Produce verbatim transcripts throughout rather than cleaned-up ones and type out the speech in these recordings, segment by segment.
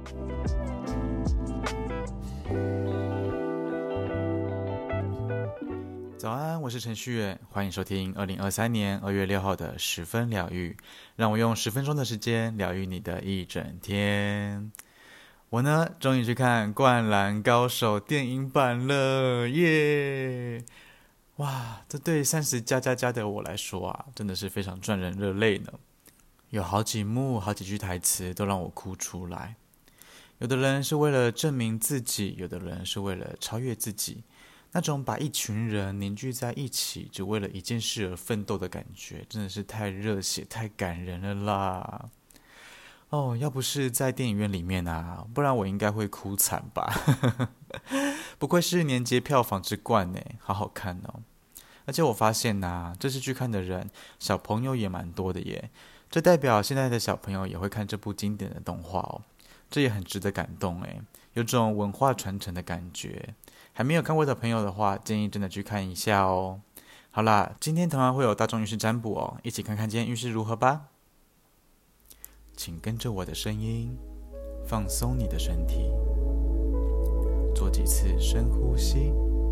早安，我是程序员，欢迎收听二零二三年二月六号的十分疗愈，让我用十分钟的时间疗愈你的一整天。我呢，终于去看《灌篮高手》电影版了，耶！哇，这对三十加加加的我来说啊，真的是非常赚人热泪呢。有好几幕、好几句台词都让我哭出来。有的人是为了证明自己，有的人是为了超越自己。那种把一群人凝聚在一起，只为了一件事而奋斗的感觉，真的是太热血、太感人了啦！哦，要不是在电影院里面啊，不然我应该会哭惨吧。不愧是年节票房之冠呢，好好看哦！而且我发现啊，这次去看的人，小朋友也蛮多的耶。这代表现在的小朋友也会看这部经典的动画哦，这也很值得感动诶，有种文化传承的感觉。还没有看过的朋友的话，建议真的去看一下哦。好啦，今天同样会有大众运势占卜哦，一起看看今天运势如何吧。请跟着我的声音，放松你的身体，做几次深呼吸，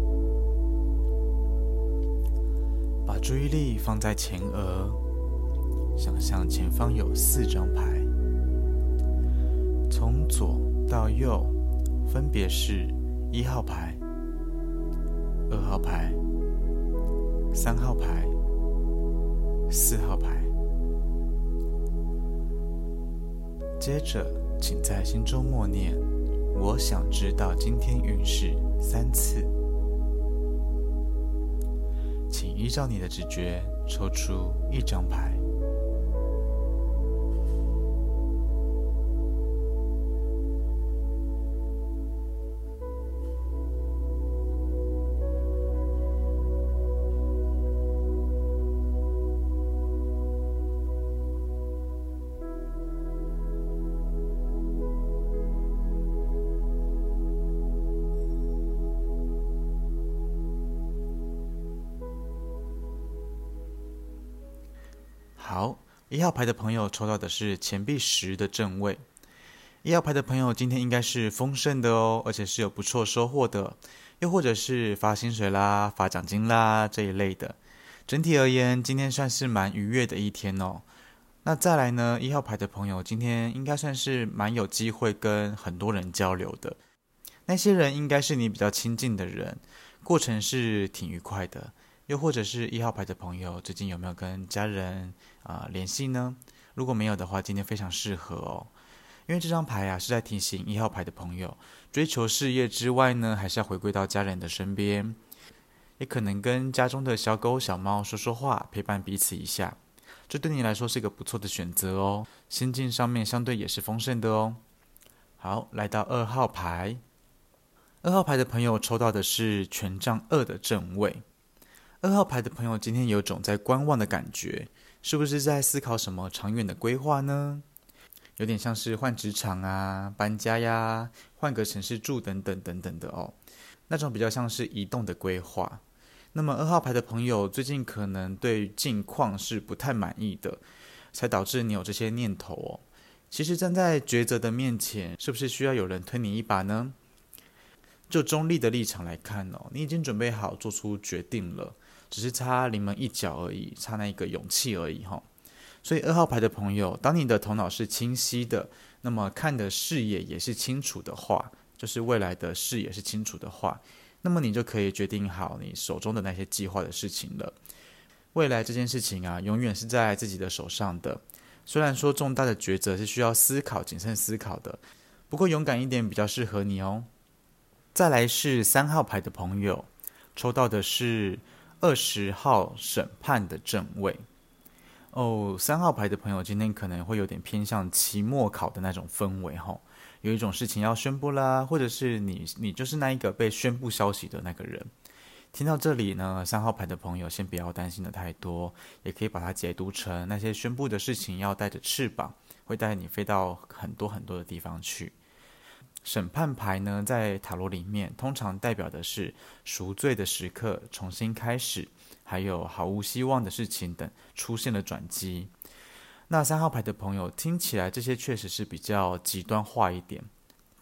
把注意力放在前额，想象前方有四张牌，从左到右分别是一号牌、二号牌、三号牌、四号牌。接着，请在心中默念“我想知道今天运势”三次。请依照你的直觉抽出一张牌。好，一号牌的朋友抽到的是钱币十的正位。一号牌的朋友今天应该是丰盛的哦，而且是有不错收获的，又或者是发薪水啦、发奖金啦这一类的。整体而言，今天算是蛮愉悦的一天哦。那再来呢，一号牌的朋友今天应该算是蛮有机会跟很多人交流的。那些人应该是你比较亲近的人，过程是挺愉快的。又或者是一号牌的朋友，最近有没有跟家人啊、呃、联系呢？如果没有的话，今天非常适合哦，因为这张牌啊是在提醒一号牌的朋友，追求事业之外呢，还是要回归到家人的身边，也可能跟家中的小狗、小猫说说话，陪伴彼此一下，这对你来说是一个不错的选择哦。心境上面相对也是丰盛的哦。好，来到二号牌，二号牌的朋友抽到的是权杖二的正位。二号牌的朋友今天有种在观望的感觉，是不是在思考什么长远的规划呢？有点像是换职场啊、搬家呀、换个城市住等等等等的哦，那种比较像是移动的规划。那么二号牌的朋友最近可能对境况是不太满意的，才导致你有这些念头哦。其实站在抉择的面前，是不是需要有人推你一把呢？就中立的立场来看哦，你已经准备好做出决定了，只是差临门一脚而已，差那一个勇气而已哈。所以二号牌的朋友，当你的头脑是清晰的，那么看的视野也是清楚的话，就是未来的视野是清楚的话，那么你就可以决定好你手中的那些计划的事情了。未来这件事情啊，永远是在自己的手上的。虽然说重大的抉择是需要思考、谨慎思考的，不过勇敢一点比较适合你哦。再来是三号牌的朋友，抽到的是二十号审判的正位。哦，三号牌的朋友今天可能会有点偏向期末考的那种氛围哈，有一种事情要宣布啦，或者是你你就是那一个被宣布消息的那个人。听到这里呢，三号牌的朋友先不要担心的太多，也可以把它解读成那些宣布的事情要带着翅膀，会带你飞到很多很多的地方去。审判牌呢，在塔罗里面通常代表的是赎罪的时刻、重新开始，还有毫无希望的事情等出现了转机。那三号牌的朋友听起来这些确实是比较极端化一点，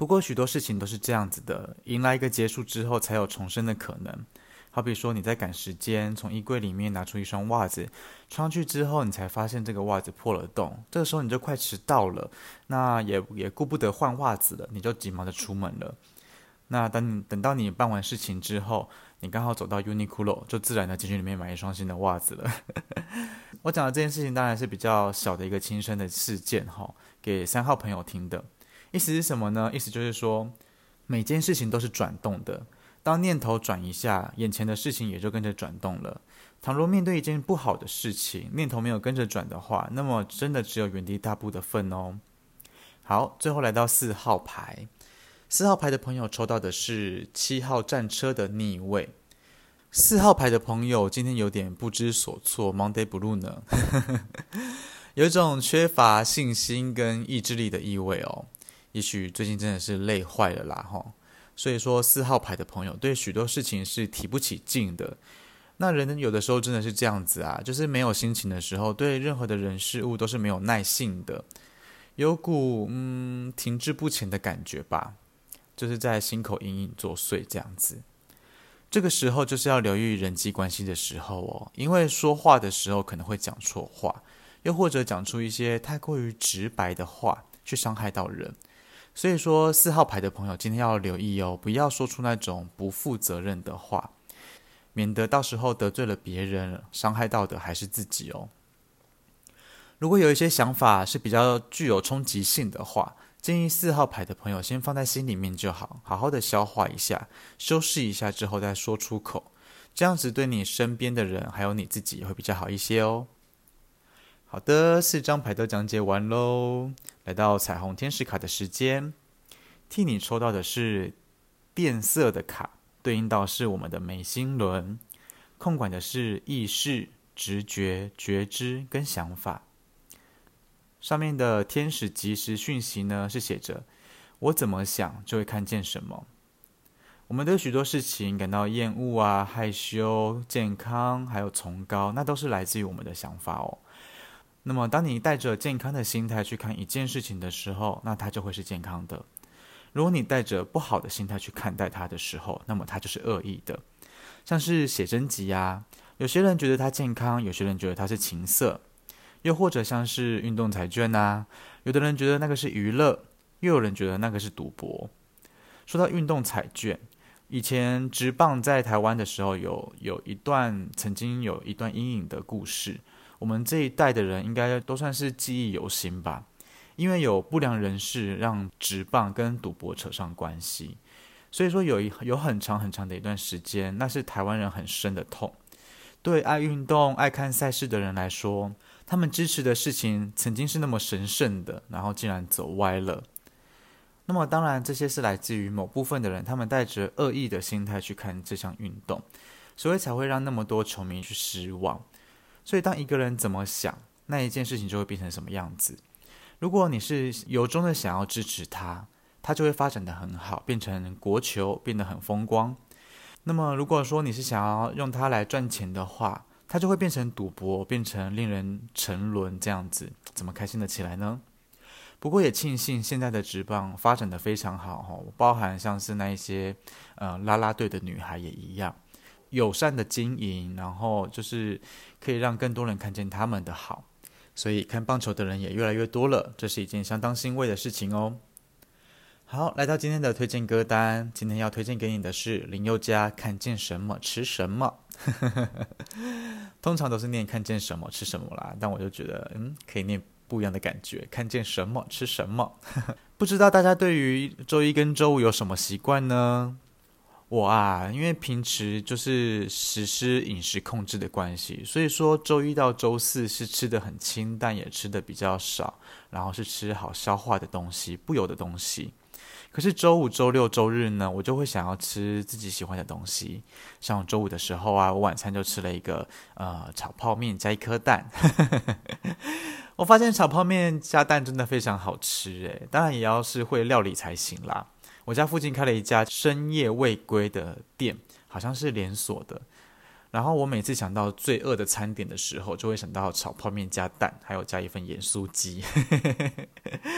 不过许多事情都是这样子的，迎来一个结束之后才有重生的可能。好比说你在赶时间，从衣柜里面拿出一双袜子，穿上去之后你才发现这个袜子破了洞，这个时候你就快迟到了，那也也顾不得换袜子了，你就急忙的出门了。那等你等到你办完事情之后，你刚好走到 Uniqlo， 就自然的进去里面买一双新的袜子了。我讲的这件事情当然是比较小的一个亲身的事件哈，给三号朋友听的。意思是什么呢？意思就是说，每件事情都是转动的，当念头转一下，眼前的事情也就跟着转动了。倘若面对一件不好的事情，念头没有跟着转的话，那么真的只有原地踏步的份哦。好，最后来到四号牌。四号牌的朋友抽到的是七号战车的逆位。四号牌的朋友今天有点不知所措 ，Monday Blue 呢，有一种缺乏信心跟意志力的意味哦。也许最近真的是累坏了啦齁。所以说四号牌的朋友对许多事情是提不起劲的。那人有的时候真的是这样子啊，就是没有心情的时候，对任何的人事物都是没有耐性的，有股嗯停滞不前的感觉吧。就是在心口隐隐作祟这样子，这个时候就是要留意人际关系的时候哦，因为说话的时候可能会讲错话，又或者讲出一些太过于直白的话，去伤害到人。所以说四号牌的朋友今天要留意哦，不要说出那种不负责任的话，免得到时候得罪了别人，伤害到的还是自己哦。如果有一些想法是比较具有冲击性的话，建议四号牌的朋友先放在心里面就好，好好的消化一下，修饰一下之后再说出口，这样子对你身边的人还有你自己也会比较好一些哦。好的，四张牌都讲解完咯，来到彩虹天使卡的时间，替你抽到的是靛色的卡，对应到是我们的眉心轮，控管的是意识、直觉、觉知跟想法。上面的天使即时讯息呢，是写着我怎么想就会看见什么。我们对许多事情感到厌恶啊、害羞、健康还有崇高，那都是来自于我们的想法哦。那么当你带着健康的心态去看一件事情的时候，那它就会是健康的。如果你带着不好的心态去看待它的时候，那么它就是恶意的。像是写真集啊，有些人觉得它健康，有些人觉得它是情色。又或者像是运动彩券啊，有的人觉得那个是娱乐，又有人觉得那个是赌博。说到运动彩券，以前职棒在台湾的时候有有一段曾经有一段阴影的故事，我们这一代的人应该都算是记忆犹新吧。因为有不良人士让职棒跟赌博扯上关系，所以说有一有很长很长的一段时间，那是台湾人很深的痛。对爱运动、爱看赛事的人来说，他们支持的事情曾经是那么神圣的，然后竟然走歪了。那么当然这些是来自于某部分的人，他们带着恶意的心态去看这项运动，所以才会让那么多球迷去失望。所以当一个人怎么想，那一件事情就会变成什么样子。如果你是由衷的想要支持他，他就会发展得很好，变成国球，变得很风光。那么如果说你是想要用它来赚钱的话，它就会变成赌博，变成令人沉沦这样子，怎么开心得起来呢？不过也庆幸现在的职棒发展得非常好，包含像是那一些呃啦啦队的女孩也一样，友善的经营，然后就是可以让更多人看见他们的好，所以看棒球的人也越来越多了，这是一件相当欣慰的事情哦。好，来到今天的推荐歌单，今天要推荐给你的是林宥嘉看见什么吃什么通常都是念看见什么吃什么啦，但我就觉得嗯，可以念不一样的感觉，看见什么吃什么不知道大家对于周一跟周五有什么习惯呢？我啊，因为平时就是实施饮食控制的关系，所以说周一到周四是吃的很清淡，也吃的比较少，然后是吃好消化的东西，不油的东西。可是周五、周六、周日呢，我就会想要吃自己喜欢的东西。像周五的时候啊，我晚餐就吃了一个呃炒泡面加一颗蛋。我发现炒泡面加蛋真的非常好吃诶，当然也要是会料理才行啦。我家附近开了一家深夜未归的店，好像是连锁的。然后我每次想到最饿的餐点的时候，就会想到炒泡面加蛋，还有加一份盐酥鸡。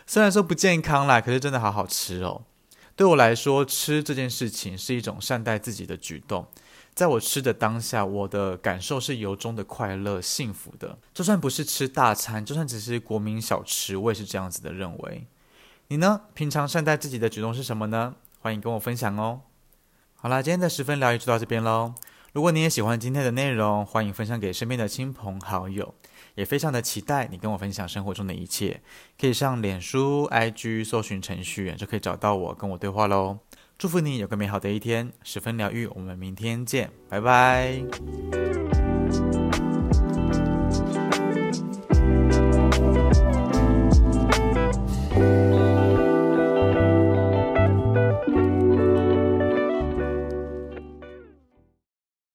虽然说不健康啦，可是真的好好吃哦。对我来说，吃这件事情是一种善待自己的举动。在我吃的当下，我的感受是由衷的快乐、幸福的。就算不是吃大餐，就算只是国民小吃，我也是这样子的认为。你呢？平常善待自己的举动是什么呢？欢迎跟我分享哦。好啦，今天的十分疗愈就到这边咯。如果你也喜欢今天的内容，欢迎分享给身边的亲朋好友。也非常的期待你跟我分享生活中的一切，可以上脸书、I G 搜寻程序员就可以找到我，跟我对话咯。祝福你有个美好的一天，十分疗愈，我们明天见，拜拜。